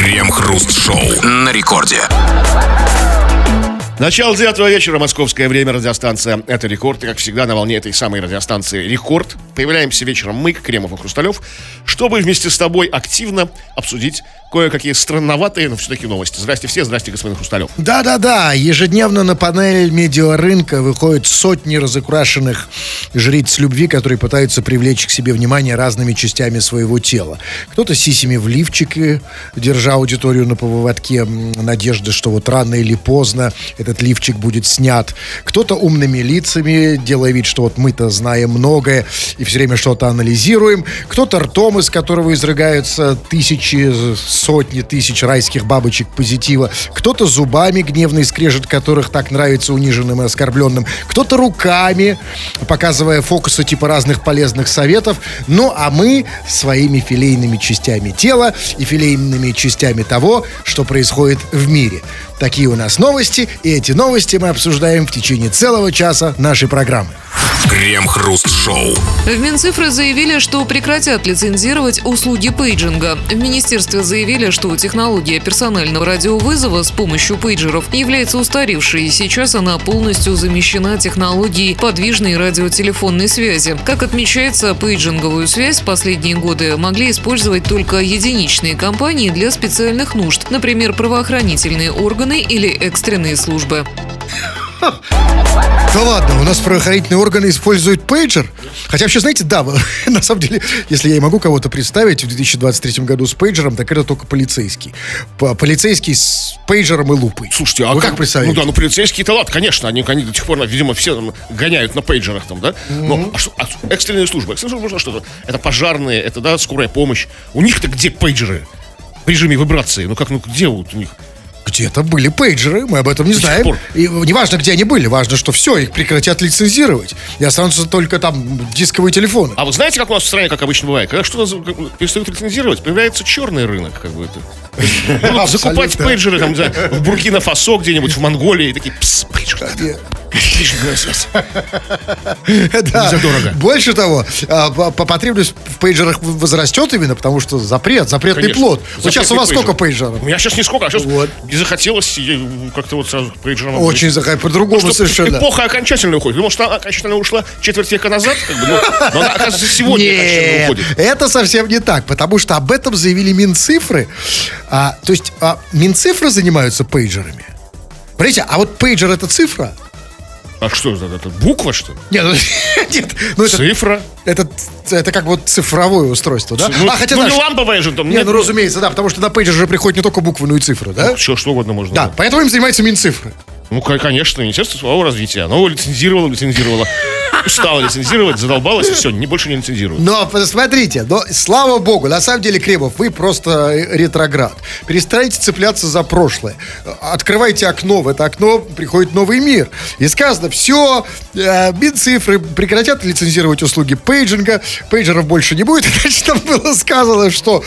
Крем-хруст-шоу на рекорде. Начало 9 вечера, московское время, радиостанция «Это Рекорд». И, как всегда, на волне этой самой радиостанции «Рекорд» появляемся вечером мы, Кремов и Хрусталев, чтобы вместе с тобой активно обсудить кое-какие странноватые, но все-таки новости. Здрасте все, здрасте, господин Хрусталев. Да-да-да, ежедневно на панель медиарынка выходят сотни разукрашенных жриц любви, которые пытаются привлечь к себе внимание разными частями своего тела. Кто-то сисями в лифчике, держа аудиторию на поводке, надежды, что вот рано или поздно этот лифчик будет снят. Кто-то умными лицами, делая вид, что вот мы-то знаем многое и все время что-то анализируем. Кто-то ртом, из которого изрыгаются сотни тысяч райских бабочек позитива. Кто-то зубами, гневный скрежет которых так нравится униженным и оскорбленным. Кто-то руками, показывая фокусы типа разных полезных советов. Ну, а мы своими филейными частями тела и филейными частями того, что происходит в мире. Такие у нас новости, и эти новости мы обсуждаем в течение целого часа нашей программы. Крем-хруст-шоу. В Минцифры заявили, что прекратят лицензировать услуги пейджинга. В министерстве заявили, что технология персонального радиовызова с помощью пейджеров является устаревшей, и сейчас она полностью замещена технологией подвижной радиотелефонной связи. Как отмечается, пейджинговую связь в последние годы могли использовать только единичные компании для специальных нужд, например, правоохранительные органы или экстренные службы. Да ладно, у нас правоохранительные органы используют пейджер. Хотя вообще, знаете, да, на самом деле, если я и могу кого-то представить в 2023 году с пейджером, так это только полицейский. Полицейский с пейджером и лупой. Слушайте, а вы как представляете? Ну да, полицейские-то ладно, конечно, они до сих пор, видимо, все там гоняют на пейджерах там, да? Но экстренные службы? Экстренные службы что-то? Это пожарные, это, да, скорая помощь. У них-то где пейджеры? В режиме вибрации. Где вот у них? Где-то были пейджеры, мы об этом не знаем. И неважно, где они были, важно, что все, их прекратят лицензировать. И останутся только там дисковые телефоны. А вы знаете, как у нас в стране, как обычно бывает, когда что-то перестают лицензировать, появляется черный рынок, как бы это. Будут закупать пейджеры там, в Буркина-Фасо где-нибудь, в Монголии, и такие, пейджер. Да. Больше того, потребность в пейджерах возрастет именно, потому что запретный плод. Вот сейчас у вас сколько пейджеров? У меня сейчас не сколько, а сейчас не захотелось как-то вот сразу пейджером. Очень захотелось, по-другому совершенно. Эпоха окончательно уходит. Потому что она окончательно ушла четверть века назад, но она, оказывается, сегодня окончательно уходит. Это совсем не так, потому что об этом заявили Минцифры. То есть Минцифры занимаются пейджерами. Смотрите, а вот пейджер — это цифра? А что это? Буква, что ли? Нет, цифра. Это как вот цифровое устройство, да? Хотя, не ламповое же там. Нет, разумеется, да, потому что на пейджер же приходит не только буквы, но и цифры, да? Что угодно можно. Да, поэтому им занимается Минцифры. Ну, конечно, Министерство цифрового развития. Оно его лицензировало. Устало лицензировать, задолбалось, и все, больше не лицензирует. Но, посмотрите, слава богу, на самом деле, Кремов, вы просто ретроград. Перестаньте цепляться за прошлое. Открывайте окно, в это окно приходит новый мир. И сказано, все, Минцифры прекратят лицензировать услуги пейджинга, пейджеров больше не будет. Значит, там было сказано, что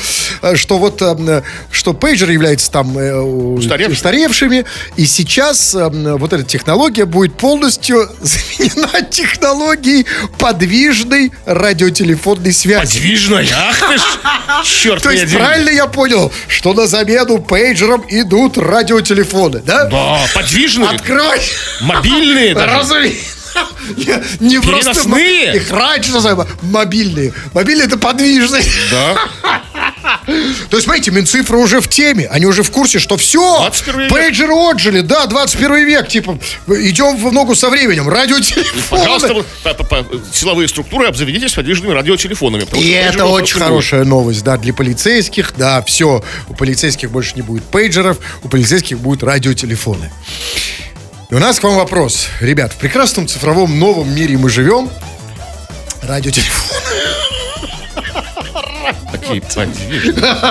пейджеры являются там устаревшими, и сейчас вот эта технология будет полностью заменена технологией подвижной радиотелефонной связи. Подвижной? Ах ты ж! Черт. То есть правильно я понял, что на замену пейджерам идут радиотелефоны, да? Да, подвижные. Открывай. Мобильные даже. Разумеется. Не переносные. Просто их раньше называли мобильные. Мобильные — это подвижные. Да. То есть, смотрите, Минцифры уже в теме. Они уже в курсе, что все, пейджеры отжили. Да, 21 век, типа, идем в ногу со временем. Радиотелефоны. Пожалуйста, силовые структуры обзаведитесь подвижными радиотелефонами. И это очень хорошая новость, да, для полицейских. Да, все, у полицейских больше не будет пейджеров, у полицейских будут радиотелефоны. И у нас к вам вопрос. Ребят, в прекрасном цифровом новом мире мы живем. Радиотелефоны. Такие подвижные.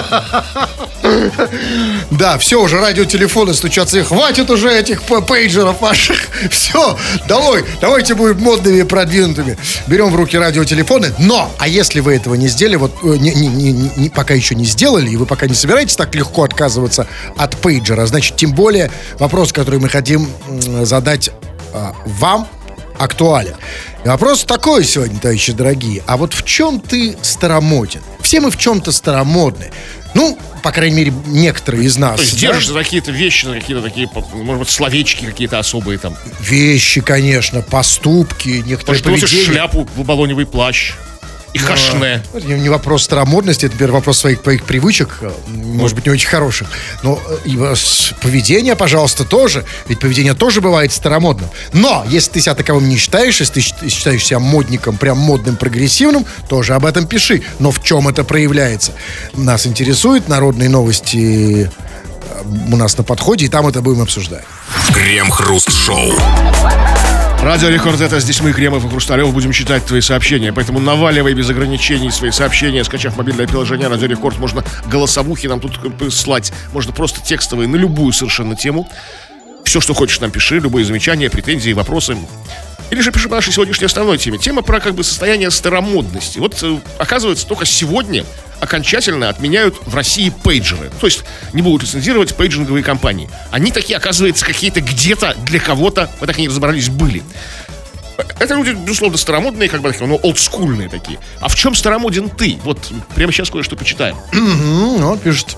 Да, все, уже радиотелефоны стучатся. И хватит уже этих пейджеров ваших. Все, давайте будем модными и продвинутыми. Берем в руки радиотелефоны. Но, а если вы этого не сделали, пока еще не сделали, и вы пока не собираетесь так легко отказываться от пейджера, значит, тем более вопрос, который мы хотим задать вам, актуален. И вопрос такой сегодня, товарищи дорогие. А вот в чем ты старомоден? Все мы в чем-то старомодны. Ну, по крайней мере, некоторые из нас. То есть да? держишь за какие-то вещи, за какие-то такие, может быть, словечки какие-то особые там. Вещи, конечно, поступки, некоторые Может, ты носишь поведения. шляпу, баллоневый плащ и кашне. Это не вопрос старомодности, это, например, вопрос твоих привычек, может быть, не очень хороших. Но поведение, пожалуйста, тоже. Ведь поведение тоже бывает старомодным. Но, если ты себя таковым не считаешь, если ты считаешь себя модником, прям модным, прогрессивным, тоже об этом пиши. Но в чем это проявляется? Нас интересуют народные новости у нас на подходе, и там это будем обсуждать. Крем-хруст-шоу. Радио Рекорд, это здесь мы, Кремов и Хрусталев, будем читать твои сообщения. Поэтому наваливай без ограничений свои сообщения. Скачав мобильное приложение Радио Рекорд, можно голосовухи нам тут слать. Можно просто текстовые на любую совершенно тему. Все, что хочешь, нам пиши. Любые замечания, претензии, вопросы. Или же пиши по нашей сегодняшней основной теме. Тема про состояние старомодности. Вот, оказывается, только сегодня окончательно отменяют в России пейджеры. То есть не будут лицензировать пейджинговые компании. Они такие, оказывается, какие-то где-то для кого-то, мы так и не разобрались, были. Это люди, безусловно, старомодные, олдскульные такие. А в чем старомоден ты? Вот прямо сейчас кое-что почитаем. Вот пишет.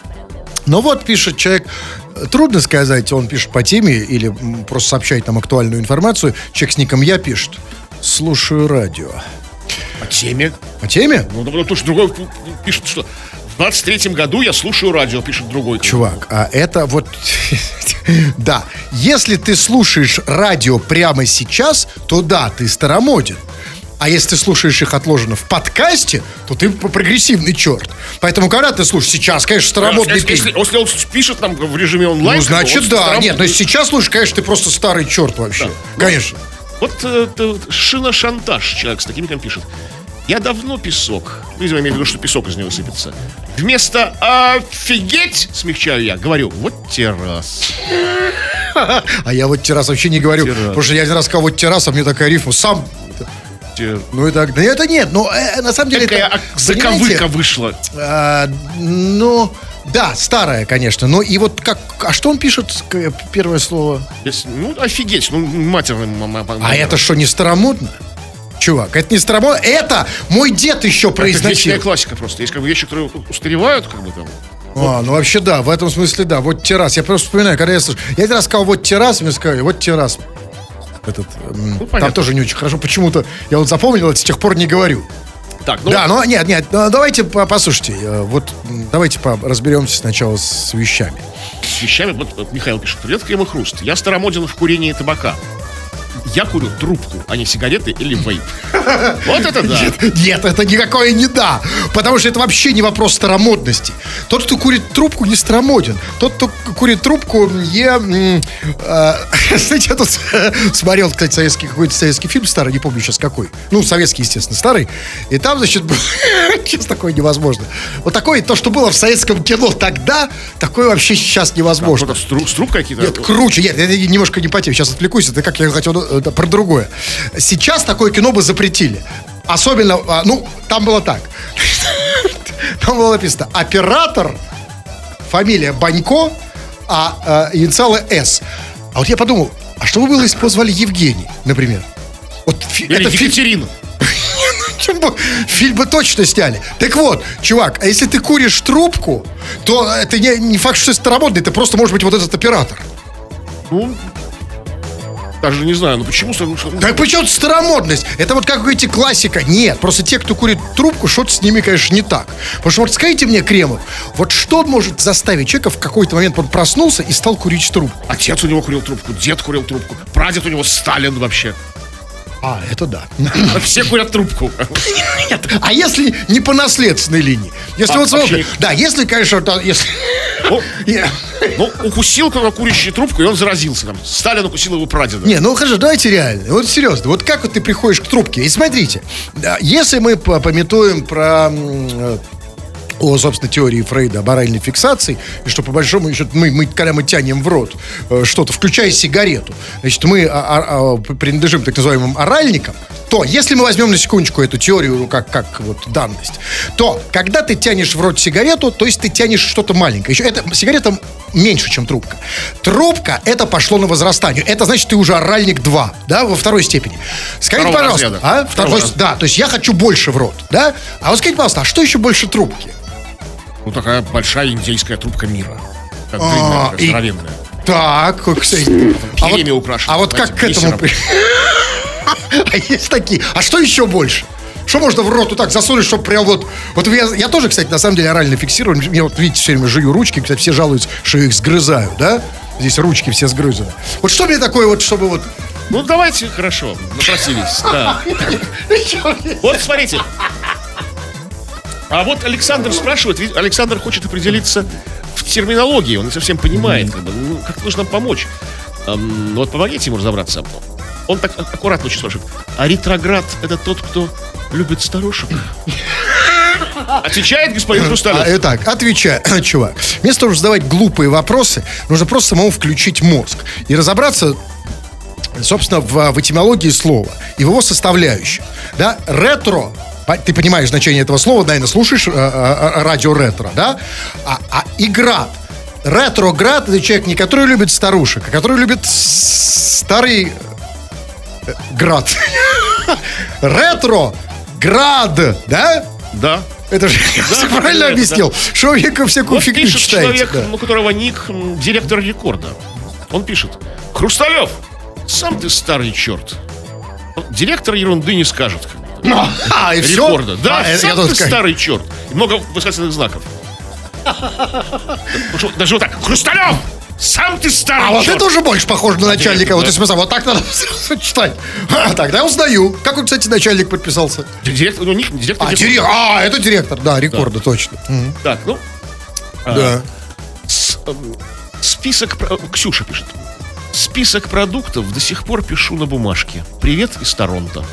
Пишет человек. Трудно сказать, он пишет по теме или просто сообщает нам актуальную информацию. Человек с ником «Я» пишет: слушаю радио. По теме? По теме? Ну, то, что другой пишет, что в 23-м году я слушаю радио, пишет другой. Чувак, а это вот... Да, если ты слушаешь радио прямо сейчас, то да, ты старомоден. А если ты слушаешь их отложено в подкасте, то ты прогрессивный черт. Поэтому, когда ты слушаешь сейчас, конечно, старомодный песни. Если он пишет нам в режиме онлайн... Ну, значит, да. Нет, но сейчас слушаешь, конечно, ты просто старый черт вообще. Да. Конечно. Вот шиношантаж человек с таким пишет. Я давно песок. Видимо, имею в виду, что песок из него сыпется. Вместо «офигеть», смягчаю я, говорю: вот террас. А я вот террас вообще не говорю. Потому что я один раз сказал вот террас, а мне такая рифма. Сам... Ну и так, да это нет, но на самом деле... Какая заковыка вышла. Да, старая, конечно. Но и вот как... А что он пишет, первое слово? Офигеть, матерным. А это что, не старомодно? Чувак, это не старомодно. Это мой дед еще произносил. Это вечная классика просто. Есть вещи, которые устаревают, там. Ну вообще да, в этом смысле да. Вот террас. Я просто вспоминаю, когда я слышу. Я один раз сказал вот террас, мне сказали, вот террас. Там тоже не очень хорошо. Почему-то я вот запомнил, с тех пор не говорю. Так, да, нет, давайте послушайте. Давайте разберемся сначала с вещами. С вещами, вот Михаил пишет: привет, Крем и Хруст. Я старомоден в курении табака. Я курю трубку, а не сигареты или вейп. Вот это да. Нет, это никакое не да. Потому что это вообще не вопрос старомодности. Тот, кто курит трубку, не старомоден. Тот, кто курит трубку, знаете, я тут смотрел, кстати, какой-то советский фильм старый, не помню сейчас какой. Ну, советский, естественно, старый. И там, значит, сейчас такое невозможно. Вот такое, то, что было в советском кино тогда, такое вообще сейчас невозможно. С трубкой какие-то? Нет, круче. Нет, это немножко не по теме. Сейчас отвлекусь. Это как я хотел про другое. Сейчас такое кино бы запретили. Особенно, там было так. Там было написано: оператор, фамилия Банько, инициалы С. А вот я подумал, а что бы было, если бы позвали Евгений, например? Или Екатерину. Фильм бы точно сняли. Так вот, чувак, а если ты куришь трубку, то это не факт, что ты старомодный, это просто может быть вот этот оператор. Даже не знаю, почему... Так почему старомодность? Это вот как вы говорите, классика. Нет, просто те, кто курит трубку, что-то с ними, конечно, не так. Потому что вот скажите мне, Кремов, вот что может заставить человека в какой-то момент он проснулся и стал курить трубку? Отец у него курил трубку, дед курил трубку, прадед у него Сталин вообще. Это да. Все курят трубку. Нет, а если не по наследственной линии? Если вообще... Да, если, конечно, укусил кто-то курящий трубку, и он заразился. Сталин укусил его прадеда. Хорошо, давайте реально. Вот серьезно, вот как вот ты приходишь к трубке? И смотрите, если мы пометуем про... собственно, теории Фрейда об оральной фиксации, и что, по большому счету, когда мы тянем в рот что-то, включая сигарету, значит, мы принадлежим так называемым оральникам, то, если мы возьмем на секундочку эту теорию, как вот данность, то, когда ты тянешь в рот сигарету, то есть ты тянешь что-то маленькое. Еще сигарета меньше, чем трубка. Трубка, это пошло на возрастание. Это значит, ты уже оральник 2, да, во второй степени. Скажите, пожалуйста, да, то есть я хочу больше в рот, да? А вот скажите, пожалуйста, а что еще больше трубки? Ну, такая большая индейская трубка мира. Как длинная, такая здоровенная. Так, кстати. Перьями украшена. А вот как к этому... А есть такие. А что еще больше? Что можно в рот вот так засунуть, чтобы прям вот... Вот я тоже, кстати, на самом деле орально фиксирую. Я вот, видите, все время жую ручки. Кстати, все жалуются, что я их сгрызаю, да? Здесь ручки все сгрызаны. Вот что мне такое вот, чтобы вот... Ну, давайте, хорошо, напросились. Да. Вот, смотрите. А вот Александр спрашивает, ведь Александр хочет определиться в терминологии. Он не совсем понимает, как нужно нам помочь. Вот помогите ему разобраться. Он так аккуратно очень спрашивает. А ретроград — это тот, кто любит старушек? Отвечает господин Хрусталев. Итак, отвечай, чувак. Вместо того, чтобы задавать глупые вопросы, нужно просто самому включить мозг и разобраться, собственно, в этимологии слова и в его составляющих. Да, ретро. Ты понимаешь значение этого слова, наверное, слушаешь радио ретро, да? И град. Ретроград — это человек, не который любит старушек, а который любит старый град. Ретро-град, да? Да. Это же я правильно объяснил? Что века всякую вот фигню пишет читаете? человек, у которого ник директор рекорда. Он пишет: Хрусталев, сам ты старый черт. Директор ерунды не скажет. И Рекорда. все? Да, сам ты старый черт. И много восклицательных знаков. Даже вот так. Хрусталев! Сам ты старый вот черт! это уже больше похоже на начальника. Вот, смысл, вот так надо читать. Тогда я узнаю. Как он, кстати, начальник подписался? Директор, у них директор. Это директор, да, рекорда, точно. Так, ну. Да. Список. Ксюша пишет. Список продуктов до сих пор пишу на бумажке. Привет из Торонто.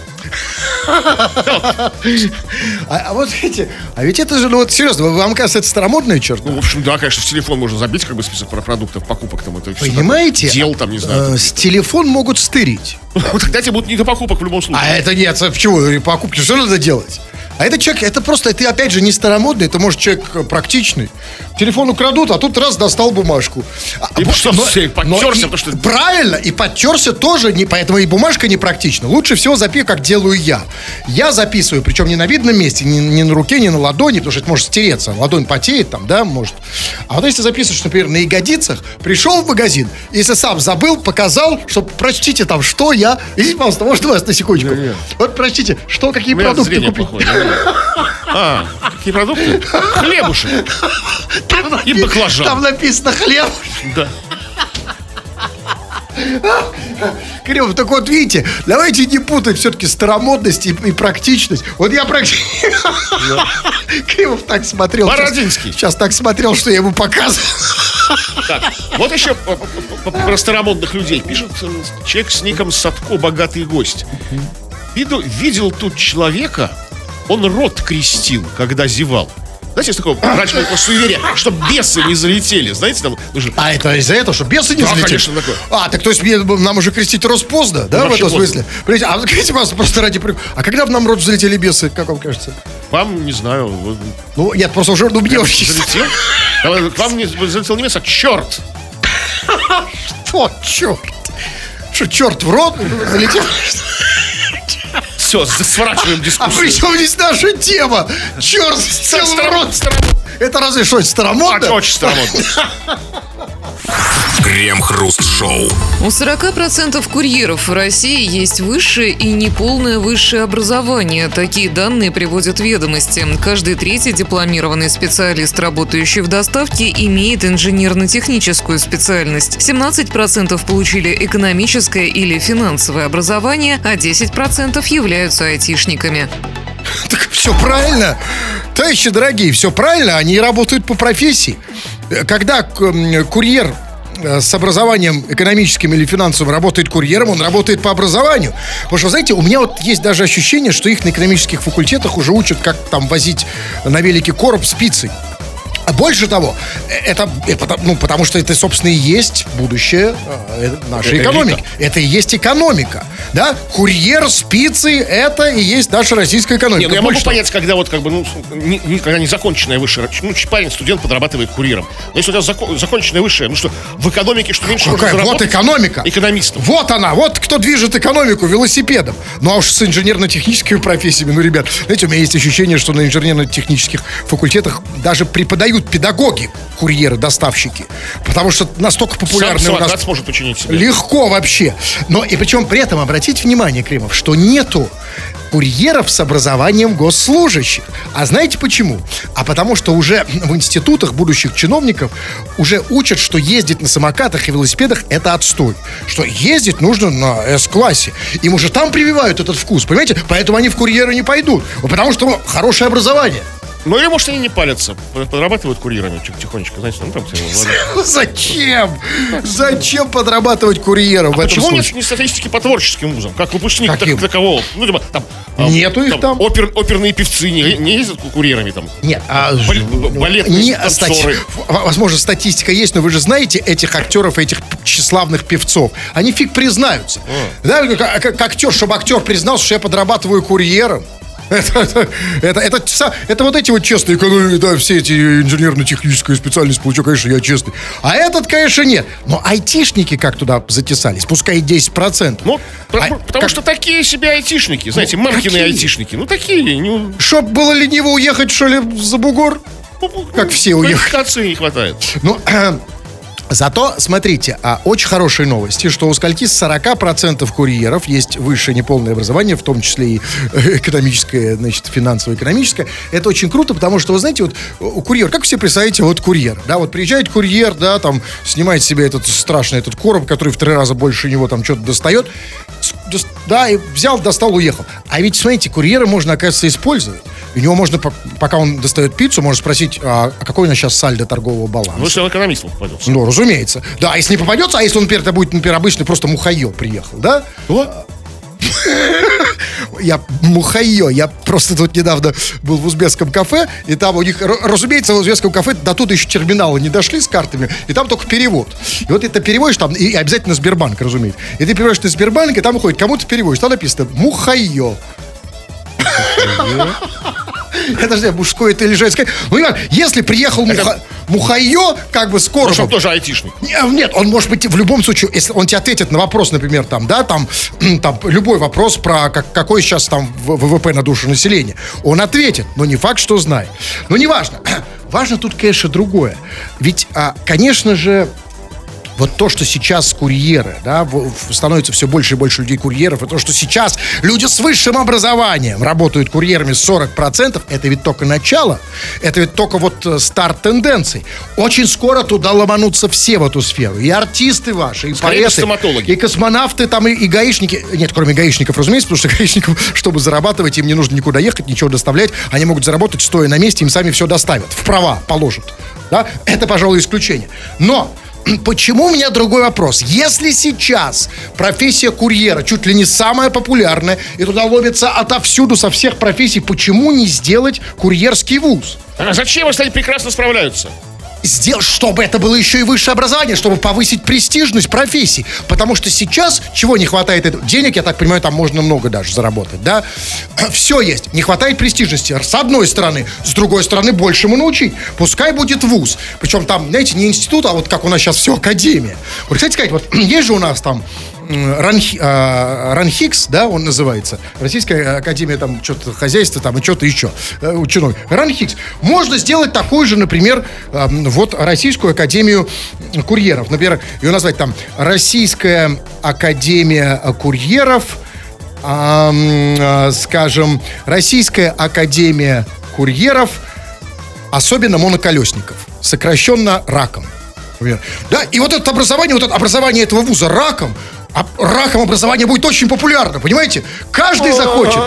Вот эти. А ведь это же, ну вот серьезно, вам кажется, это старомодная черт? Ну, в общем, да, конечно, в телефон можно забить как бы список продуктов, покупок там. Это понимаете? Дел там, не знаю. С телефон могут стырить. Тогда тебе будут не до покупок в любом случае. А это нет, почему? Покупки что надо делать? А это человек, это просто, ты опять же не старомодный, это может человек практичный. Телефон украдут, а тут раз достал бумажку. И что, подтерся, потому что... Правильно, и подтерся тоже, поэтому и бумажка непрактична. Лучше всего записывай, как делаю я. Я записываю, причем не на видном месте, не на руке, не на ладони, потому что это может стереться. Ладонь потеет там, да, может. А вот если записываешь, например, на ягодицах, пришел в магазин, если сам забыл, показал, что прочтите там, что я... Извините, пожалуйста, может вас на секундочку? Нет. Вот прочтите, что, какие продукты купить. Какие продукты? Хлебушек. И баклажан. Там написано хлеб. Да. Кирилл, так вот видите, давайте не путать все-таки старомодность и практичность. Вот я практически... Кириллов так смотрел. Бородинский. Сейчас так смотрел, что я ему показывал. Так, вот еще про старомодных людей. Пишет человек с ником Садко, богатый гость. Видел тут человека, он рот крестил, когда зевал. Знаете, есть такое раньше было суеверие, чтобы бесы не залетели. Знаете, там нужно... А это из-за этого, что бесы не залетели? Конечно, такое. Так то есть нам уже крестить Роспоздно, да, в этом смысле? А скажите, пожалуйста, просто ради... А когда в нам рот залетели бесы, как вам кажется? Вам, не знаю. Ну, нет, просто уже, ну, мне очень... Залетел? К вам не залетел не бес, а черт. Что, черт? Что, черт в рот залетел? Все, сворачиваем дискуссию. А при чем здесь наша тема? Черт, сел в рот. Это разве что, старомодно? Очень старомодно. Крем-хруст-шоу. У 40% курьеров в России есть высшее и неполное высшее образование. Такие данные приводят ведомости. Каждый третий дипломированный специалист, работающий в доставке, имеет инженерно-техническую специальность. 17% получили экономическое или финансовое образование, а 10% являются айтишниками. Так все правильно. Товарищи дорогие, все правильно. Они работают по профессии. Когда курьер с образованием экономическим или финансовым работает курьером, он работает по образованию. Потому что, знаете, у меня вот есть даже ощущение, что их на экономических факультетах уже учат, как там возить на велике короб с пиццей. А больше того, потому что это, собственно, и есть будущее нашей экономики. Это и есть экономика. Да? Курьер с пиццей — это и есть наша российская экономика. Я могу понять, когда вот как бы, когда незаконченная высшая, парень, студент подрабатывает курьером. Но если у тебя законченная высшая, что в экономике что меньше можно заработать? Вот экономика. Экономистом. Вот она, вот кто движет экономику велосипедом. Ну а уж с инженерно-техническими профессиями, ребят, знаете, у меня есть ощущение, что на инженерно-технических факультетах даже преподают пойдут педагоги, курьеры, доставщики. Потому что настолько популярны Сам у нас... самокат сможет починить себе. Легко вообще. Но и причем при этом обратите внимание, Кремов, что нету курьеров с образованием госслужащих. А знаете почему? А потому что уже в институтах будущих чиновников уже учат, что ездить на самокатах и велосипедах — это отстой. Что ездить нужно на С-классе. Им уже там прививают этот вкус, понимаете? Поэтому они в курьеры не пойдут. Потому что хорошее образование. Ну или, может, они не палятся, подрабатывают курьерами тихонечко, знаете, ну там Зачем? Зачем подрабатывать курьером в этом почему случае? нет не статистики по творческим вузам? Как выпускник Каким? такового? Ну, типа, там, Нету их там. Оперные певцы не ездят курьерами там? Нет, балетные танцоры. Возможно, статистика есть, но вы же знаете этих актеров, этих тщеславных певцов. Они фиг признаются. Да, как актер, чтобы актер признался, что я подрабатываю курьером. Это вот эти вот честные, да, все эти инженерно-техническая специальность получил, конечно, я честный. А этот, конечно, нет. Но айтишники как туда затесались? Пускай 10%. Ну, потому что такие себе айтишники, знаете, мамкины айтишники. Ну, такие. Чтоб было лениво уехать, что ли, за бугор? Как все уехали. Квалификации не хватает. Ну, зато, смотрите, очень хорошие новости, что у скольки с 40% курьеров есть высшее неполное образование, в том числе и экономическое, значит, финансово-экономическое. Это очень круто, потому что, вы знаете, вот у курьера, как вы себе представляете, вот курьер, да, вот приезжает курьер, да, там, снимает себе этот страшный этот короб, который в 3 раза больше него там что-то достает, да, и взял, достал, уехал. А ведь, смотрите, курьера можно, оказывается, использовать. У него можно, пока он достает пиццу, можно спросить, а какой у нас сейчас сальдо торгового баланса? Ну, если он экономистом попадется. Ну, разумеется. Да, а если не попадется, а если он, например, это будет, например, обычный просто мухайо приехал, да? Я мухайо. Я просто тут недавно был в узбекском кафе, и там у них, разумеется, в узбекском кафе до туда еще терминалы не дошли с картами, и там только перевод. И вот это переводишь там, и обязательно Сбербанк, разумеется. И ты переводишь на Сбербанк, и там выходит, кому ты переводишь, там написано «мухайо». Это же мужское это или женское. Ну, если приехал мухайо, как бы скоро. Может, он тоже айтишник. Нет, он может быть в любом случае, если он тебе ответит на вопрос, например, там, да, там любой вопрос про какой сейчас там ВВП на душу населения, он ответит, но не факт, что знает. Но неважно. Важно тут, конечно, другое. Ведь, конечно же, вот то, что сейчас курьеры, да, становится все больше и больше людей курьеров, и то, что сейчас люди с высшим образованием работают курьерами 40%, это ведь только начало, это ведь только вот старт тенденций. Очень скоро туда ломанутся все в эту сферу. И артисты ваши, и поэты, стоматологи. и космонавты, там, и гаишники. Нет, кроме гаишников, разумеется, потому что гаишников, чтобы зарабатывать, им не нужно никуда ехать, ничего доставлять. Они могут заработать, стоя на месте, им сами все доставят. В права положат. Да? Это, пожалуй, исключение. Но почему у меня другой вопрос? Если сейчас профессия курьера чуть ли не самая популярная, и туда ломится отовсюду, со всех профессий, почему не сделать курьерский вуз? А зачем, если они прекрасно справляются? Сделать, чтобы это было еще и высшее образование, чтобы повысить престижность профессий. Потому что сейчас, чего не хватает? Денег, я так понимаю, там можно много даже заработать, да? Все есть. Не хватает престижности. С одной стороны. С другой стороны, большему научить. Пускай будет вуз. Причем там, знаете, не институт, а вот как у нас сейчас все академия. Вот, кстати сказать, вот есть же у нас там РАНХИКС, да, он называется. Российская академия там что-то хозяйства там и что-то еще. Ученый. РАНХИКС. Можно сделать такой же, например, вот Российскую академию курьеров. Например, ее назвать там Российская академия курьеров, скажем, Российская академия курьеров, особенно моноколесников, сокращенно РАКом. Например. Да, и вот это образование этого вуза РАКом, раком образование будет очень популярно, понимаете? Каждый захочет.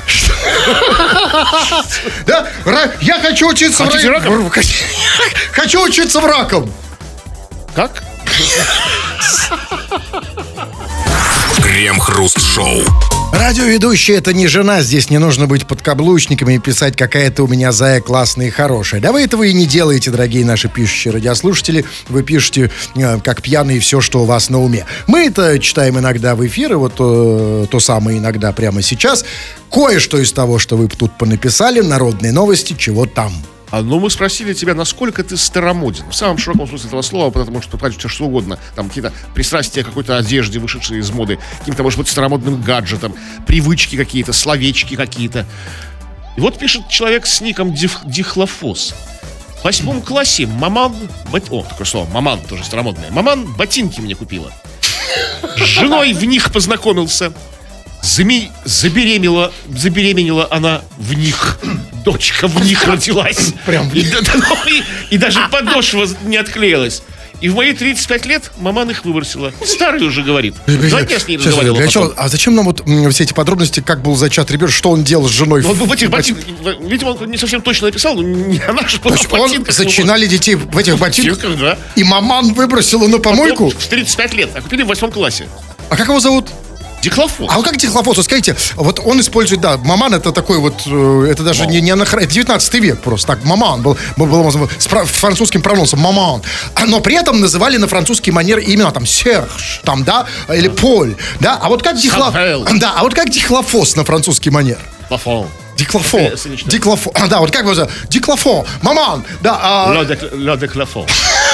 Да, я хочу учиться хочу учиться в раком. Как? Крем-хруст-шоу. Радиоведущий — это не жена, здесь не нужно быть подкаблучниками и писать, какая ты у меня зая классная и хорошая. Да вы этого и не делаете, дорогие наши пишущие радиослушатели. Вы пишете, как пьяные, все, что у вас на уме. Мы это читаем иногда в эфиры, вот то самое иногда прямо сейчас. Кое-что из того, что вы тут понаписали, народные новости, чего там. Ну, мы спросили тебя, насколько ты старомоден. В самом широком смысле этого слова, потому что кажется что угодно. Там какие-то пристрастия к какой-то одежде, вышедшие из моды, каким-то, может быть, старомодным гаджетом, привычки какие-то, словечки какие-то. И вот пишет человек с ником Дихлофос. В 8 классе маман... такое слово, маман, тоже старомодное. Маман ботинки мне купила. С женой в них познакомился. Забеременела она в них. Дочка в них родилась. Прям. И даже подошва не отклеилась. И в мои 35 лет маман их выбросила. Старый уже говорит. Давайте я с ней разговаривал потом. А зачем нам вот все эти подробности, как был зачат ребенок, что он делал с женой? Вот в этих ботинках, видимо, он не совсем точно написал, но не она же была в Он ботинках. зачинали детей в этих ботинках, Да. и маман выбросила на помойку? В 35 лет, а купили в 8 классе. А как его зовут? Дихлофос. А вот как дихлофос? Вот скажите, вот он использует, да, маман это такой вот, это даже не анахрон, это 19 век просто, так, маман был с французским прононсом, маман. Но при этом называли на французский манер имена, там, Серж, там, да, или Поль, да, а вот как дихлофос на французский манер? Лафон. Диклофон. Да, вот как его зовут? Диклофон. Маман. Да. Ля де Клафон.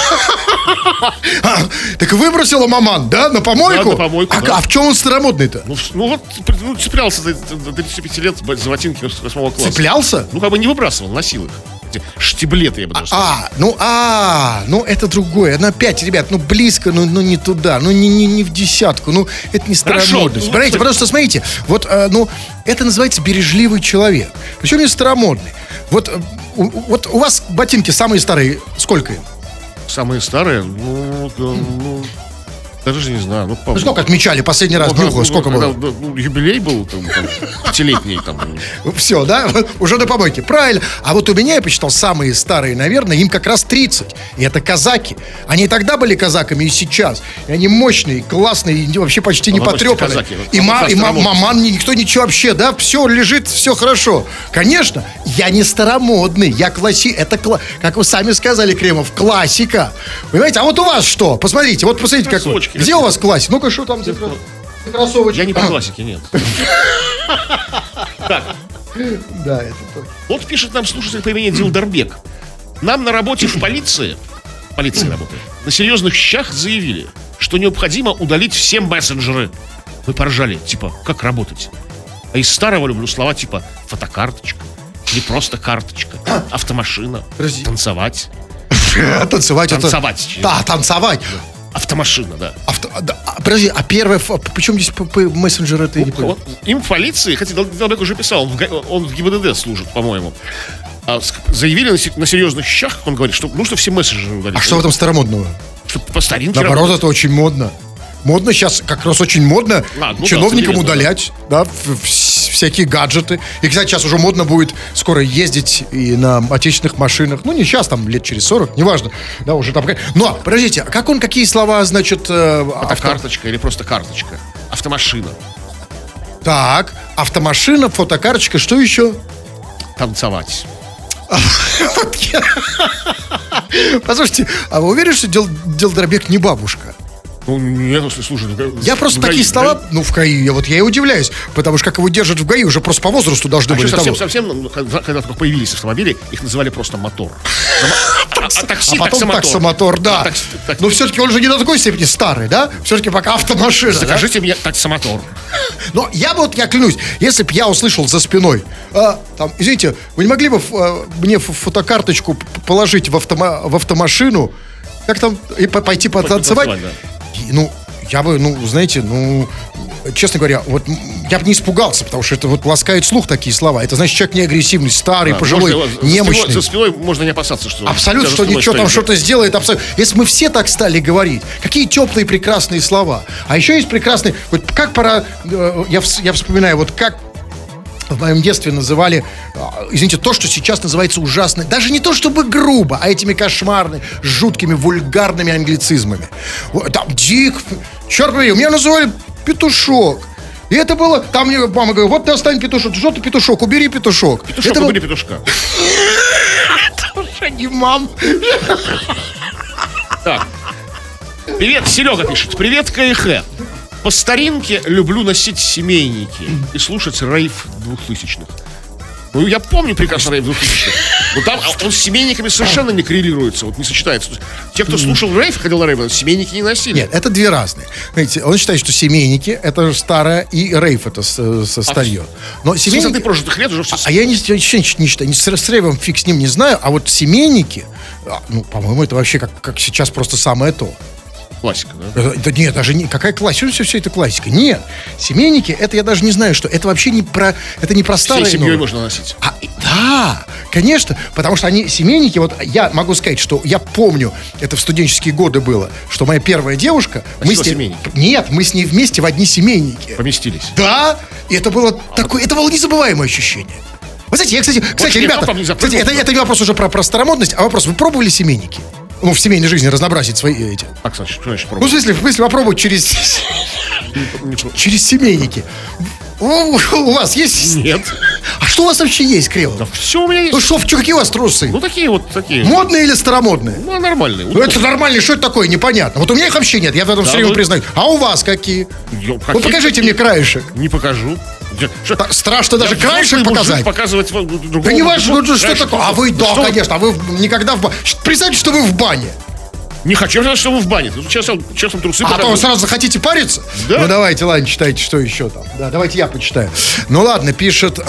Так выбросила маман, да, на помойку? Да, на помойку, да. А в чем он старомодный-то? Ну, цеплялся до 35 лет за ботинки с 8 класса. Цеплялся? Ну, как бы не выбрасывал, носил их. Эти штиблеты, я бы даже сказал. Ну это другое. Ну опять, ребят, близко, не туда, не в десятку. Ну, это не старомодность. Хорошо, Понимаете, потому что, смотрите, вот, это называется бережливый человек. Причем не старомодный. Вот у вас ботинки самые старые, сколько им? Самые старые, даже не знаю. Сколько отмечали последний раз? Сколько было? Юбилей был, там, 5-летний. Все, да? Уже на помойке. Правильно. А вот у меня, я посчитал, самые старые, наверное, им как раз 30. И это казаки. Они и тогда были казаками, и сейчас. И они мощные, классные, и вообще почти не потрепанные. И маман, никто ничего вообще, да? Все лежит, все хорошо. Конечно, я не старомодный, я как вы сами сказали, Кремов, классика. Понимаете? А вот у вас что? Посмотрите, как вы. Где у вас классика? Ну-ка, что там за кроссовочки? Я не по классике, нет. Так. Да, это точно. Вот пишет нам слушатель по имени Дилдарбек. Нам на работе в полиции работает, на серьезных щах заявили, что необходимо удалить все мессенджеры. Мы поржали, типа, как работать? А из старого люблю слова типа фотокарточка, не просто карточка, автомашина, танцевать. Танцевать. Да, танцевать. Автомашина, да. Подожди, а первое, причем здесь мессенджер это? Им в полиции, хотя Дилдарбек уже писал, он в ГИБДД служит, по-моему. Заявили на серьезных щах, он говорит, что нужно все мессенджеры удалить. А что в этом старомодного? Что по старинке. Наоборот, это очень модно. Модно сейчас, как раз очень модно чиновникам удалять, да, всякие гаджеты. И, кстати, сейчас уже модно будет скоро ездить и на отечественных машинах. Ну, не сейчас, там, лет через 40, неважно. Да, уже там. Но, подождите, а какие слова, значит... Фотокарточка или просто карточка? Автомашина. Так, автомашина, фотокарточка, что еще? Танцевать. Послушайте, а вы уверены, что Дилдарбек не бабушка? Ну, нет, слушай, я просто такие слова, в ГАИ, я и удивляюсь, потому что как его держат в ГАИ, уже просто по возрасту должны были. Совсем, когда только появились автомобили, их называли просто мотор. А такси, а потом таксомотор, да. Но все-таки он же не до такой степени старый, да? Все-таки пока автомашина. Закажите мне таксомотор. Но я клянусь, если бы я услышал за спиной, извините, вы не могли бы мне фотокарточку положить в автомашину, как там, и пойти потанцевать? Я бы, знаете, честно говоря, вот я бы не испугался, потому что это вот ласкает слух такие слова. Это значит, человек не агрессивный, старый, пожилой, немощный. За спиной можно не опасаться, что... Абсолютно, что ничего там что-то сделает. Абсолютно. Если мы все так стали говорить, какие теплые, прекрасные слова. А еще есть прекрасные... Вот как я вспоминаю, вот как в моем детстве называли, извините, то, что сейчас называется ужасно, даже не то чтобы грубо, а этими кошмарными, жуткими, вульгарными англицизмами. Там черт побери, меня называли петушок. И это было, там мне мама говорит, вот достань петушок, что ты петушок, убери петушок. Убери петушка. Это уже не мам. Так. Привет, Серега пишет. Привет, КХ. По старинке люблю носить семейники и слушать рейв 2000-х. Ну, я помню прекрасно рейв 2000-х. Но там он с семейниками совершенно не коррелируется, вот не сочетается. Те, кто слушал рейв, ходил на рейв, семейники не носили. Нет, это две разные. Знаете, он считает, что семейники это старое, и рейв это старье. Но семейники... ты прожитых лет уже все... А я не считаю, с рейвом фиг с ним не знаю, а вот семейники, ну, по-моему, это вообще как сейчас просто самое то. Классика, да? Это нет, даже не какая классика, все это классика. Нет, семейники, это я даже не знаю, что это вообще не про старое. Всей семьей можно носить. Да, конечно, потому что они семейники. Вот я могу сказать, что я помню, это в студенческие годы было, что моя первая девушка, мы с ней вместе в одни семейники. Поместились. Да, и это было такое, это было незабываемое ощущение. Вы знаете, кстати, ребята, это не вопрос уже про старомодность, а вопрос: вы пробовали семейники? Ну, в семейной жизни разнообразить свои эти. Так, Саша, что значит пробовать? Ну, в смысле попробовать через семейники. У вас есть? Нет. А что у вас вообще есть, Криво? Да все у меня есть. Ну что, какие у вас трусы? Ну, такие. Модные или старомодные? Ну, нормальные. Ну, это нормальные, что это такое, непонятно. Вот у меня их вообще нет, я в этом все время признаю. А у вас какие? Ну, покажите мне краешек. Не покажу. Страшно даже краешек показать. Показывать другому. Да не важно, ну что такое? А вы, да, конечно, а вы никогда в бане. Представьте, что вы в бане. Не хочу сказать, что вы в бане. Сейчас вам трусы покажу. А то вы сразу захотите париться? Да. Ну давайте, ладно, читайте, что еще там. Да, давайте я почитаю. Ну ладно, пишет,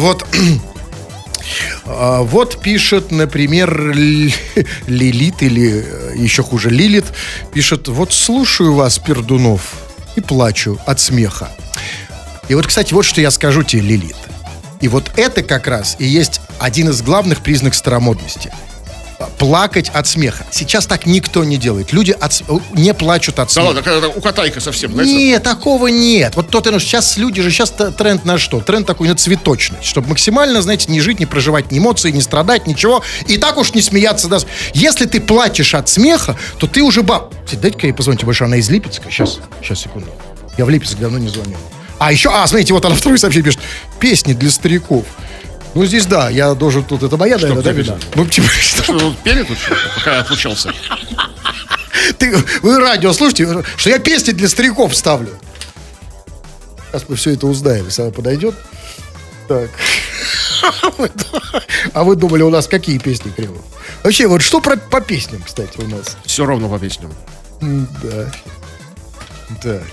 вот пишет, например, Лилит, или еще хуже Лилит, пишет: вот слушаю вас, пердунов, и плачу от смеха. И вот, кстати, вот что я скажу тебе, Лилит. И вот это как раз и есть один из главных признаков старомодности. Плакать от смеха. Сейчас так никто не делает. Люди не плачут от смеха. Да ладно, у Катайка совсем, знаете? Нет, такого нет. Вот сейчас люди же, сейчас тренд на что? Тренд такой на цветочность. Чтобы максимально, знаете, не жить, не проживать ни эмоции, не страдать, ничего. И так уж не смеяться. Да. Если ты плачешь от смеха, то ты уже Дайте-ка ей позвоните больше, она из Липецка. Сейчас, секунду. Я в Липецк давно не звонил. Смотрите, вот она второе сообщение пишет: песни для стариков. Ну, здесь, да, я должен тут, это моя, наверное, да, беда? Ну, типа, что вы тут пели тут, пока я отлучался? Вы радио слушайте, что я песни для стариков ставлю. Сейчас мы все это узнаем, если она подойдет. Так. А вы думали, у нас какие песни, Криво? Вообще, вот что по песням, кстати, у нас? Все ровно по песням. Да. Так.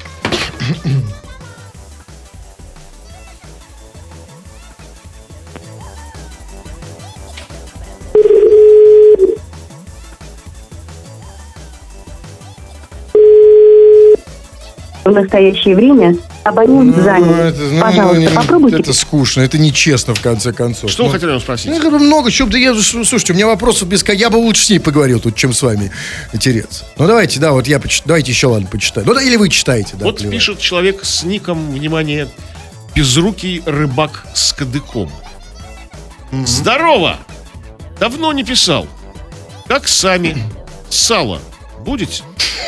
В настоящее время абонент занят. Пожалуйста, попробуйте. Это скучно, это нечестно, в конце концов. Что вы хотели вам спросить? Много чего. Слушайте, у меня вопросов я бы лучше с ней поговорил тут, чем с вами тереться. Ну, давайте, да, вот я давайте еще, ладно, почитаю. Ну, да, или вы читаете, да. Вот плевать. Пишет человек с ником, внимание, безрукий рыбак с кадыком. Здорово! Давно не писал. Как сами? Сало будете?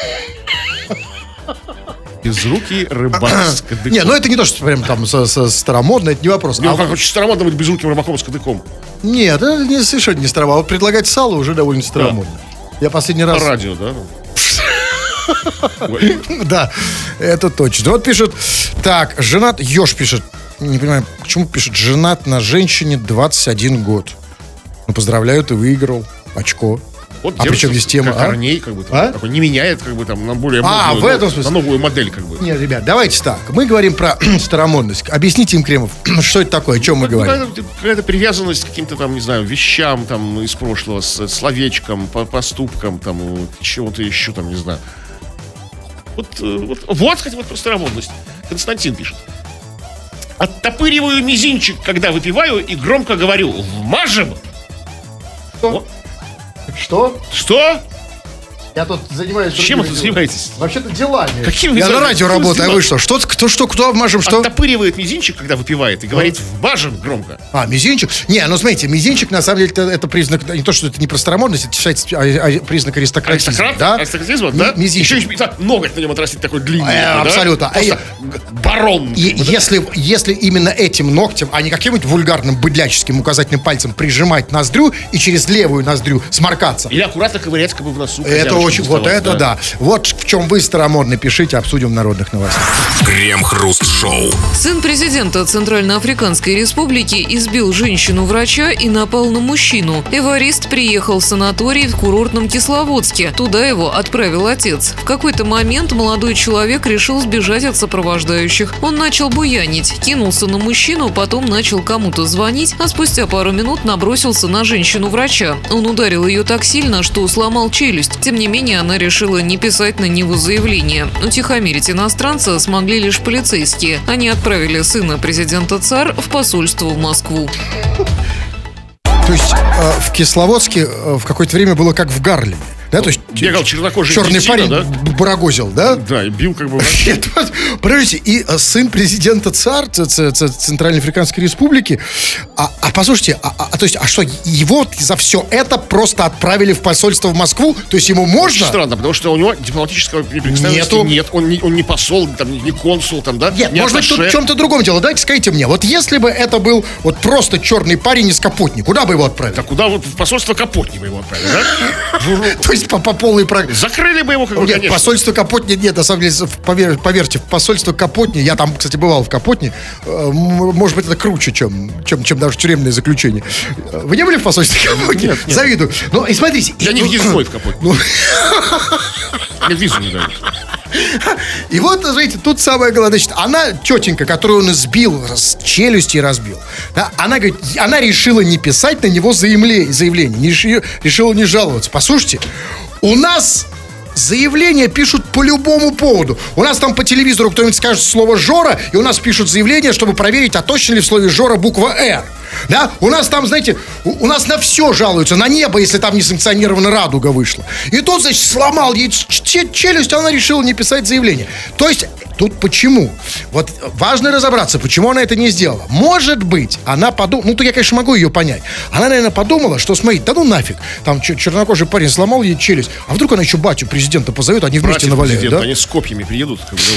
Безрукий рыбак с кадыком. Не, ну это не то, что прям там старомодно, это не вопрос. Как очень старомодно быть безруким рыбаком с кадыком. Нет, это не совершенно не старомодно. Вот предлагать сало уже довольно старомодно. Я последний раз... По радио, да? Да, это точно. Вот пишет, так, женат, Ёж пишет, не понимаю, почему пишет, женат на женщине 21 год. Ну, поздравляю, ты выиграл очко. Вот причем здесь тема, корней, как бы, там, такой, не меняет, как бы, там, на более модную, в этом смысле? На новую модель, как бы. Нет, ребят, давайте так. Мы говорим про старомодность. Объясните им, Кремов, что это такое, о чем мы говорим. Какая-то привязанность к каким-то там, не знаю, вещам там из прошлого, с словечком, поступкам, там, чего-то еще там, не знаю. Кстати, вот про старомодность. Константин пишет. Оттопыриваю мизинчик, когда выпиваю, и громко говорю: вмажем! Что? Что? Я тут занимаюсь... Чем вы занимаетесь? Вообще-то делами. Какими я на радио работаю, а вы что? Кто обмажем, что? Оттопыривает мизинчик, когда выпивает, и говорит: вмажем громко. Мизинчик? Не, ну смотрите, мизинчик, на самом деле, это признак, не то, что это не про старомодность, это считается признак аристократизма. Да? Аристократизма, да? Мизинчик. Еще ноготь на нем отрастить такой длинный. Абсолютно. Просто барон. Если именно этим ногтем, а не каким-нибудь вульгарным быдляческим указательным пальцем прижимать ноздрю и через левую ноздрю сморкаться. Или аккуратно ковырять, как бы в носу. Это очень, вот это да. Вот в чем вы старомодно пишите, обсудим в народных новостях. Крем-хруст-шоу. Сын президента Центральноафриканской Республики избил женщину-врача и напал на мужчину. Эварист приехал в санаторий в курортном Кисловодске. Туда его отправил отец. В какой-то момент молодой человек решил сбежать от сопровождающих. Он начал буянить, кинулся на мужчину, потом начал кому-то звонить, а спустя пару минут набросился на женщину-врача. Он ударил ее так сильно, что сломал челюсть. Тем не менее, она решила не писать на него заявление. Утихомирить иностранца смогли лишь полицейские. Они отправили сына президента ЦАР в посольство в Москву. То есть в Кисловодске в какое-то время было как в Гарлеме. Да, то есть бегал чернокожий черный детина, парень, да? барагозил, да? Да, и бил как бы... Нет, подождите, и сын президента ЦАР, Центральноафриканской Республики, послушайте, то есть, что, его за все это просто отправили в посольство в Москву? То есть ему можно? Странно, потому что у него дипломатического неприкосновенности нет. Он не посол, там, не консул, там, да? Нет, может быть, тут в чем-то другом дело. Давайте скажите мне, вот если бы это был вот просто черный парень из Капотни, куда бы его отправили? Да куда вот в посольство Капотни бы его отправили, да? То есть по полной программе. Закрыли бы его, как бы, нет, конечно. Посольство Капотни, нет, на самом деле, поверьте, посольство Капотни, я там, кстати, бывал в Капотни, может быть, это круче, чем даже тюремное заключение. Вы не были в посольстве Капотни? Нет. Завидую. Ну, и смотрите. Я не въездной в Капотни. Мне визу не дают. И вот, знаете, тут самое главное, значит, она, тетенька, которую он избил, с челюсти разбил, да, она говорит, она решила не писать на него заявление, решила не жаловаться. Послушайте, у нас заявления пишут по любому поводу. У нас там по телевизору кто-нибудь скажет слово «Жора», и у нас пишут заявление, чтобы проверить, а точно ли в слове «Жора» буква «Р». Да? У нас там, знаете, у нас на все жалуются, на небо, если там несанкционированно радуга вышла. И тут, значит, сломал ей челюсть, она решила не писать заявление. То есть, тут почему? Вот важно разобраться, почему она это не сделала. Может быть, она подумала, ну, то я, конечно, могу ее понять. Она, наверное, подумала, что, смотри, да ну нафиг, там чернокожий парень сломал ей челюсть, а вдруг она еще батю президента позовет, они вместе наваляют, да? Они с копьями приедут, как бы,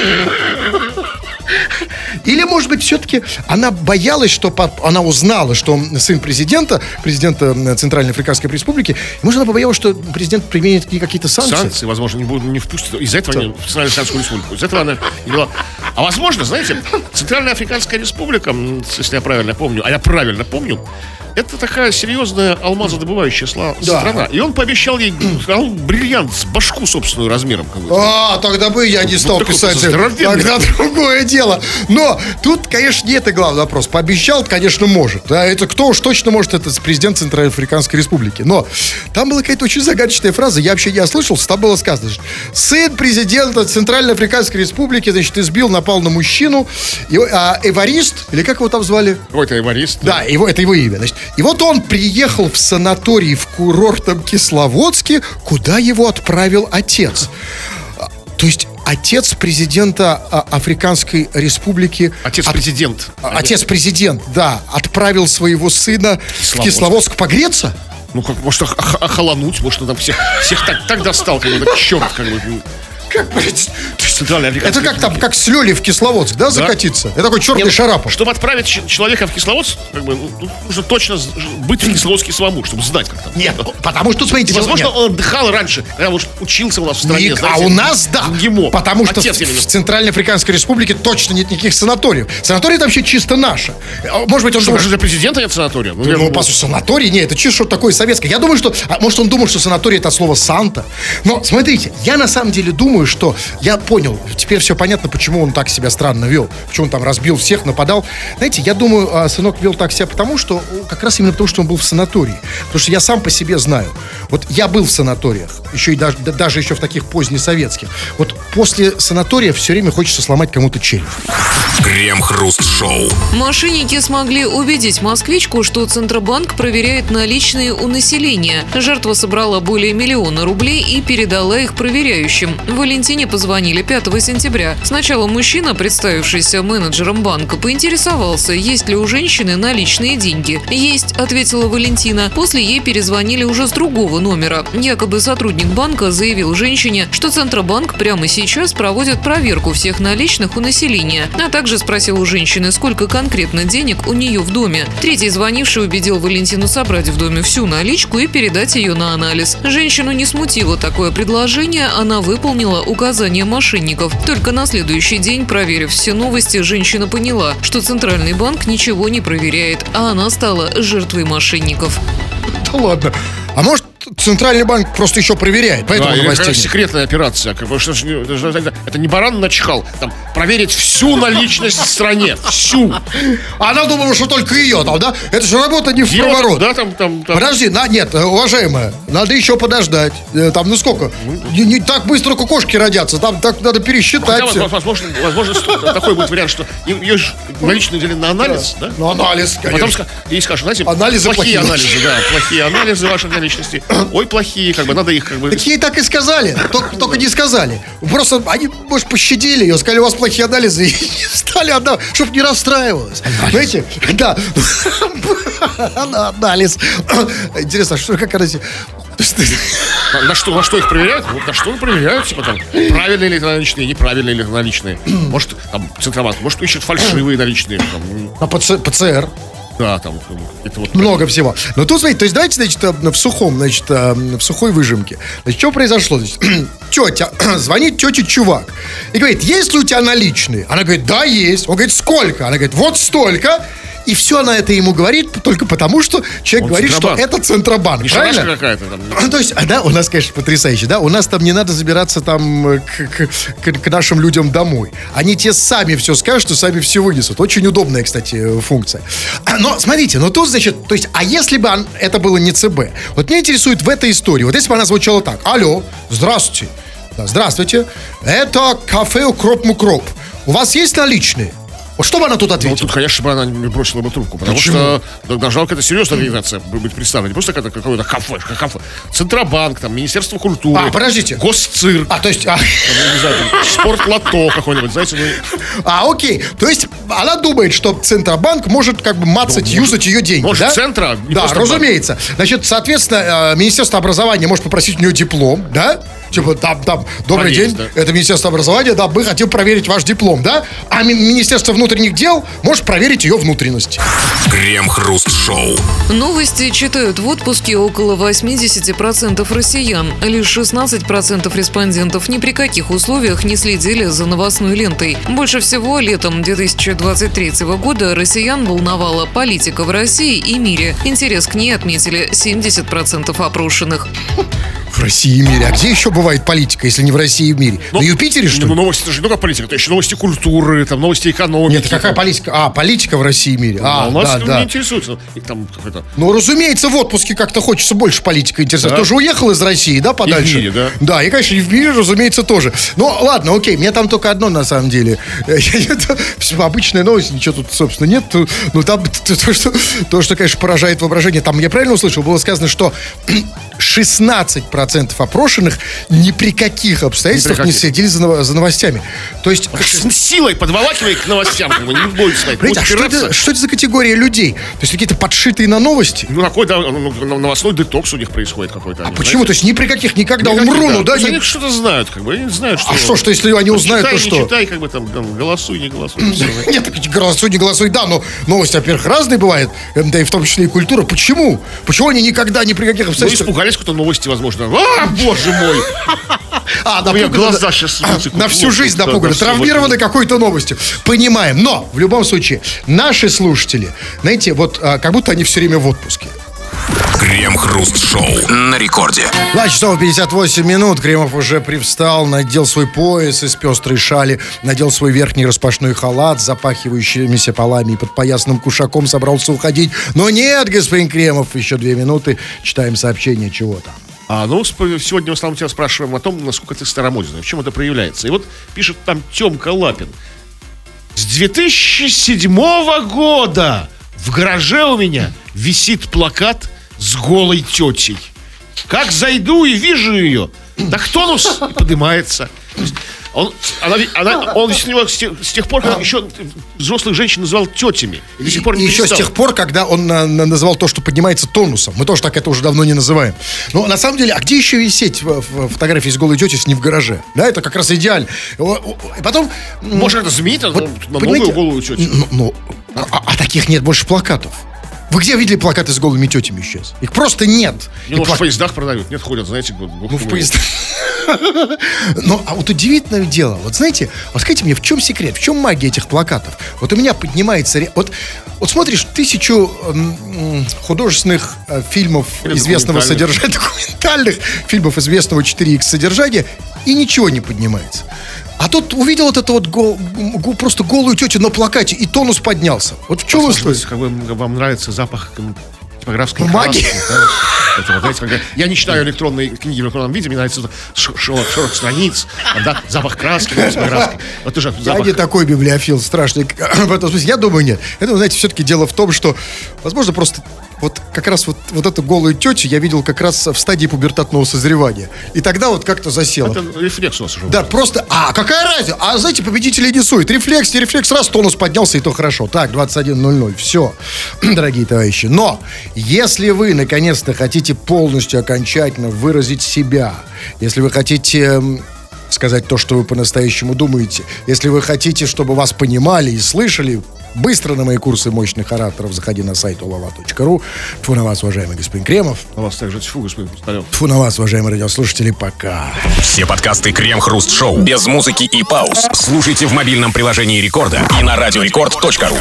Или, может быть, все-таки она боялась, что она узнала, что он сын президента Центральноафриканской Республики. Может, она побоялась, что президент применит какие-то санкции? Санкции, возможно, не впустят. Из-за этого они в Центральноафриканскую Республику. Из-за этого она не была. А возможно, знаете, Центральноафриканская Республика, если я правильно помню, это такая серьезная алмазодобывающая страна. И он пообещал ей бриллиант с башку собственную размером. Тогда бы я не стал писать. Тогда другое дело. Но тут, конечно, не это главный вопрос. Пообещал, конечно, может. Да, это кто уж точно может, это президент Центральноафриканской Республики. Но там была какая-то очень загадочная фраза. Я вообще не ослышался. Там было сказано, что сын президента Центральноафриканской Республики, значит, избил, напал на мужчину. Эварист, или как его там звали? Это Эварист. Да, это его имя. Значит, и вот он приехал в санаторий в курортном Кисловодске, куда его отправил отец. То есть отец президента Африканской Республики... Отец-президент. Отец-президент, да, отправил своего сына в Кисловодск погреться? Ну, как, может, охолонуть, может, он там всех так достал, как бы, черт, как бы... Это как там, как с Лёли в Кисловодск, да, закатиться? Это такой черный шарапов. Чтобы отправить человека в Кисловодск, как бы, нужно точно быть в Кисловодске самому, чтобы знать, как там. Нет, потому что, смотрите... Возможно, он отдыхал раньше, когда он учился у нас в стране. А у нас, да. ГИМО. Потому что в Центральноафриканской Республике точно нет никаких санаториев. Санаторий это вообще чисто наше. Может быть, он думает... Что, для президента нет санатория? Ну, послушай, санаторий, нет, это чисто что-то такое советское. Я думаю, что... Может, он думал, что санаторий это слово «Санта». Но, смотрите, я на самом деле думаю, что... Я понял, теперь все понятно, почему он так себя странно вел. Почему он там разбил всех, нападал. Знаете, я думаю, сынок вел так себя потому, что... Как раз именно потому, что он был в санатории. Потому что я сам по себе знаю. Вот я был в санаториях. Еще и даже еще в таких позднесоветских. Вот после санатория все время хочется сломать кому-то челюсть. Крем-хруст-шоу. Мошенники смогли убедить москвичку, что Центробанк проверяет наличные у населения. Жертва собрала более 1 миллиона рублей и передала их проверяющим. Валентине позвонили 5 сентября. Сначала мужчина, представившийся менеджером банка, поинтересовался, есть ли у женщины наличные деньги. «Есть», — ответила Валентина. После ей перезвонили уже с другого номера. Якобы сотрудник банка заявил женщине, что Центробанк прямо сейчас сейчас проводят проверку всех наличных у населения, а также спросил у женщины, сколько конкретно денег у нее в доме. Третий звонивший убедил Валентину собрать в доме всю наличку и передать ее на анализ. Женщину не смутило такое предложение, она выполнила указания мошенников. Только на следующий день, проверив все новости, женщина поняла, что Центральный банк ничего не проверяет, а она стала жертвой мошенников. Да ладно. А может, Центральный банк просто еще проверяет, поэтому Да, новостей нет. секретная операция. Это не баран начихал. Там проверить всю наличность в стране. Всю. Она думала, что только ее там, да? Это же работа не в Дело, проворот. да, там. Подожди, нет, уважаемая, надо еще подождать. Там, ну сколько? Не так быстро кукошки родятся. Там так надо пересчитать Хотя, все. возможно, такой будет вариант, что ее же наличные делили на анализ, да? Ну, анализ, Потом конечно. и скажут, знаете, Анализы плохие плохие. анализы, да, плохие анализы ваших наличностей. Ой, плохие, как бы надо их как бы... Такие так и сказали, только не сказали. Просто они, может, пощадили ее, сказали, у вас плохие анализы, и стали отдавать, чтобы не расстраивалась. Знаете, да. Анализ. Интересно, что, как она... На что их проверяют? Вот на что проверяют, типа там, правильные ли это наличные, неправильные ли это наличные. Может, там, Центробанк, может, ищут фальшивые наличные. Там, А ПЦР? да, там, это вот... Много всего. Но тут, смотрите, то есть давайте, значит, в сухой выжимке. Значит, что произошло? Значит, тетя, звонит тете чувак и говорит, есть ли у тебя наличные? Она говорит, да, есть. Он говорит, сколько? Она говорит, вот столько. И все она это ему говорит только потому, что человек Он говорит, Центробанк. что это Центробанк. Не Правильно? шарашка какая-то там. То есть, да, у нас, конечно, потрясающе, да, у нас там не надо забираться там к нашим людям домой. Они те сами все скажут, и сами все вынесут. Очень удобная, кстати, функция. Но, смотрите, ну тут, значит, то есть, а если бы это было не ЦБ? Вот меня интересует в этой истории, вот если бы она звучала так: алло, здравствуйте, да, здравствуйте, это кафе «Укроп-мукроп». У вас есть наличные? Вот что бы она тут Ну, ответила? тут, конечно, бы она не бросила бы трубку, потому Почему? что да, жалко, это серьезная организация быть представлена, не просто какое-то кафе. Центробанк, там, Министерство культуры. А, подождите. Госцирк. А, то есть... Там, не знаю, там, спортлото какой-нибудь, знаете, окей. То есть она думает, что Центробанк может как бы мацать, юзать ее деньги, может, да? центра, не Да, просто банк. разумеется. Значит, соответственно, Министерство образования может попросить у нее диплом, да? Типа, там, добрый Проверить, день, да. это Министерство образования, да, мы хотим проверить ваш диплом, да? А Министерство внутренних дел может проверить ее внутренности. Крем-хруст-шоу. Новости читают в отпуске около 80% россиян. Лишь 16% респондентов ни при каких условиях не следили за новостной лентой. Больше всего летом 2023 года россиян волновала политика в России и мире. Интерес к ней отметили 70% опрошенных. В России и мире. А где еще бывает политика, если не в России и в мире? На Юпитере, что Ну, ли? новости, это же не только политика, это еще новости культуры, там, новости экономики. Нет, какая политика? А, политика в России и мире. А А, у нас да, не да. интересуется. И там какой-то... Ну, разумеется, в отпуске как-то хочется больше политика интересовать. Да. Тоже уехал из России, да, подальше? мире, да. Да, и, конечно, и в мире, разумеется, тоже. Ну, ладно, окей, мне там только одно, на самом деле. Это обычная новость, ничего тут, собственно, нет. Ну, там то, что, конечно, поражает воображение. Там, я правильно услышал, было сказано, что 16% опрошенных ни при каких обстоятельствах не следили за новостями. То есть... С силой подволакивай к новостям, как бы, не будет смотреть. Понимаете, Будут а опираться. что это за категория людей? То есть какие-то подшитые на новости? Ну, такой, да, новостной детокс у них происходит какой-то. А почему? То есть ни при каких, никогда Никаких, умру, ну да? То есть они что-то знают, как бы, они знают, что... А что, если они узнают, читай, то не что? читай, как бы там, голосуй, не голосуй. всё. Нет, так голосуй, не голосуй, да, но новости, во-первых, разные бывают, да и в том числе и культура. Почему? Почему они никогда ни при каких Ну, обстоятельствах... испугались какой-то новости, возможно. А, боже мой! У меня глаза сейчас... На всю жизнь напуганы, травмированы какой-то новостью. Понимаем, но в любом случае наши слушатели, знаете, вот как будто они все время в отпуске. Крем-хруст-шоу на рекорде. 2 часов 58 минут. Кремов уже привстал, надел свой пояс из пестрой шали, надел свой верхний распашной халат с запахивающимися полами и подпоясным кушаком собрался уходить. Но нет, господин Кремов, еще 2 минуты. Читаем сообщение, чего там. Сегодня в основном тебя спрашиваем о том, насколько ты старомодный, в чем это проявляется. И вот пишет там Тёмка Лапин. С 2007 года в гараже у меня висит плакат с голой тетей. Как зайду и вижу ее, так тонус и поднимается. Он с него с тех пор, когда еще взрослых женщин называл тетями. И до сих пор не еще с перестал. тех пор, когда он называл то, что поднимается тонусом. Мы тоже так это уже давно не называем. Но на самом деле, а где еще висеть фотографии с голой тети, если не в гараже? Да, это как раз идеально. И потом... Может, это заменить на понимаете, новую голую тетю? А таких нет больше плакатов. Вы где видели плакаты с голыми тетями сейчас? Их просто нет. Ну, в поездах продают. Нет, ходят, знаете, в поездах. Ну, а вот удивительное дело. Вот знаете, вот скажите мне, в чем секрет? В чем магия этих плакатов? Вот у меня поднимается... Вот смотришь 1000 художественных фильмов известного содержания, документальных фильмов известного 4Х содержания, и ничего не поднимается. А тут увидел вот эту вот просто голую тетю на плакате, и тонус поднялся. Вот в чем история? Как бы вам нравится запах типографской бумаги? Я не читаю электронные книги в электронном виде, мне нравится шорох страниц, да, запах краски типографской. Вот уже Я не такой библиофил страшный в этом смысле. Я думаю, нет. Это, знаете, все-таки дело в том, что, возможно, просто вот как раз вот эту голую тетю я видел как раз в стадии пубертатного созревания. И тогда вот как-то засело. Это рефлекс у нас уже. Да, просто... какая разница? А, знаете, победители не сует. Рефлекс, раз тонус поднялся, и то хорошо. Так, 21:00, все, дорогие товарищи. Но, если вы, наконец-то, хотите полностью, окончательно выразить себя, если вы хотите... сказать то, что вы по-настоящему думаете. Если вы хотите, чтобы вас понимали и слышали, быстро на мои курсы мощных ораторов заходи на сайт ulava.ru. Тьфу на вас, уважаемый господин Кремов. На вас также тьфу, господин Пустолев. Тьфу на вас, уважаемые радиослушатели, пока. Все подкасты Крем-Хруст Шоу без музыки и пауз слушайте в мобильном приложении Рекорда и на радиорекорд.ру.